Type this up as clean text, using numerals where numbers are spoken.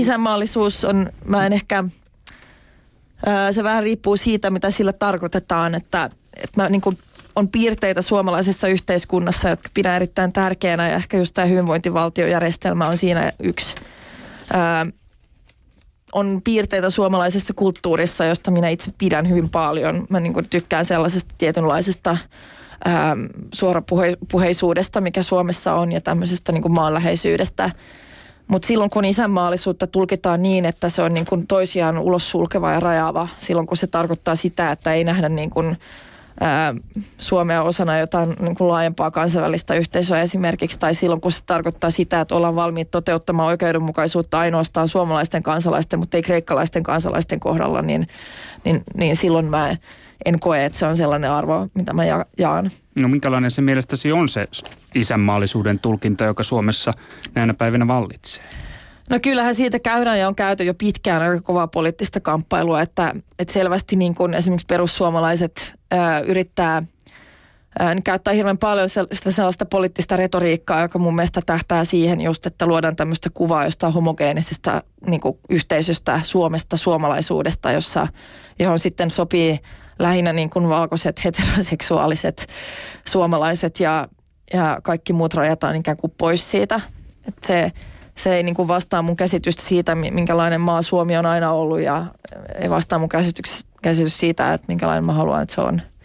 isänmaallisuus on, mä en ehkä, se vähän riippuu siitä, mitä sillä tarkoitetaan, että mä niin kuin on piirteitä suomalaisessa yhteiskunnassa, jotka pidän erittäin tärkeänä ja ehkä just tämä hyvinvointivaltiojärjestelmä on siinä yksi. On piirteitä suomalaisessa kulttuurissa, josta minä itse pidän hyvin paljon. Mä niin kuin tykkään sellaisesta tietynlaisesta suorapuheisuudesta, mikä Suomessa on ja tämmöisestä niin kuin maanläheisyydestä. Mutta silloin kun isänmaallisuutta tulkitaan niin, että se on niin kuin toisiaan ulos sulkeva ja rajaava, silloin kun se tarkoittaa sitä, että ei nähdä niin kuin Suomea osana jotain niin kuin laajempaa kansainvälistä yhteisöä esimerkiksi, tai silloin kun se tarkoittaa sitä, että ollaan valmiit toteuttamaan oikeudenmukaisuutta ainoastaan suomalaisten kansalaisten, mutta ei kreikkalaisten kansalaisten kohdalla, niin silloin mä en koe, että se on sellainen arvo, mitä mä jaan. No minkälainen se mielestäsi on se isänmaallisuuden tulkinta, joka Suomessa näinä päivinä vallitsee? No kyllähän siitä käydään ja on käyty jo pitkään aika kovaa poliittista kamppailua, että selvästi niin kuin esimerkiksi perussuomalaiset yrittää käyttää hirveän paljon sellaista poliittista retoriikkaa, joka mun mielestä tähtää siihen just, että luodaan tämmöistä kuvaa jostain homogeenisesta niin kuin yhteisöstä, Suomesta, suomalaisuudesta, johon sitten sopii lähinnä niin kuin valkoiset, heteroseksuaaliset suomalaiset ja kaikki muut rajataan ikään kuin pois siitä. Että se ei niin kuin vastaa mun käsitystä siitä, minkälainen maa Suomi on aina ollut ja ei vastaa mun käsitys siitä, että minkälainen mä haluan, että se on.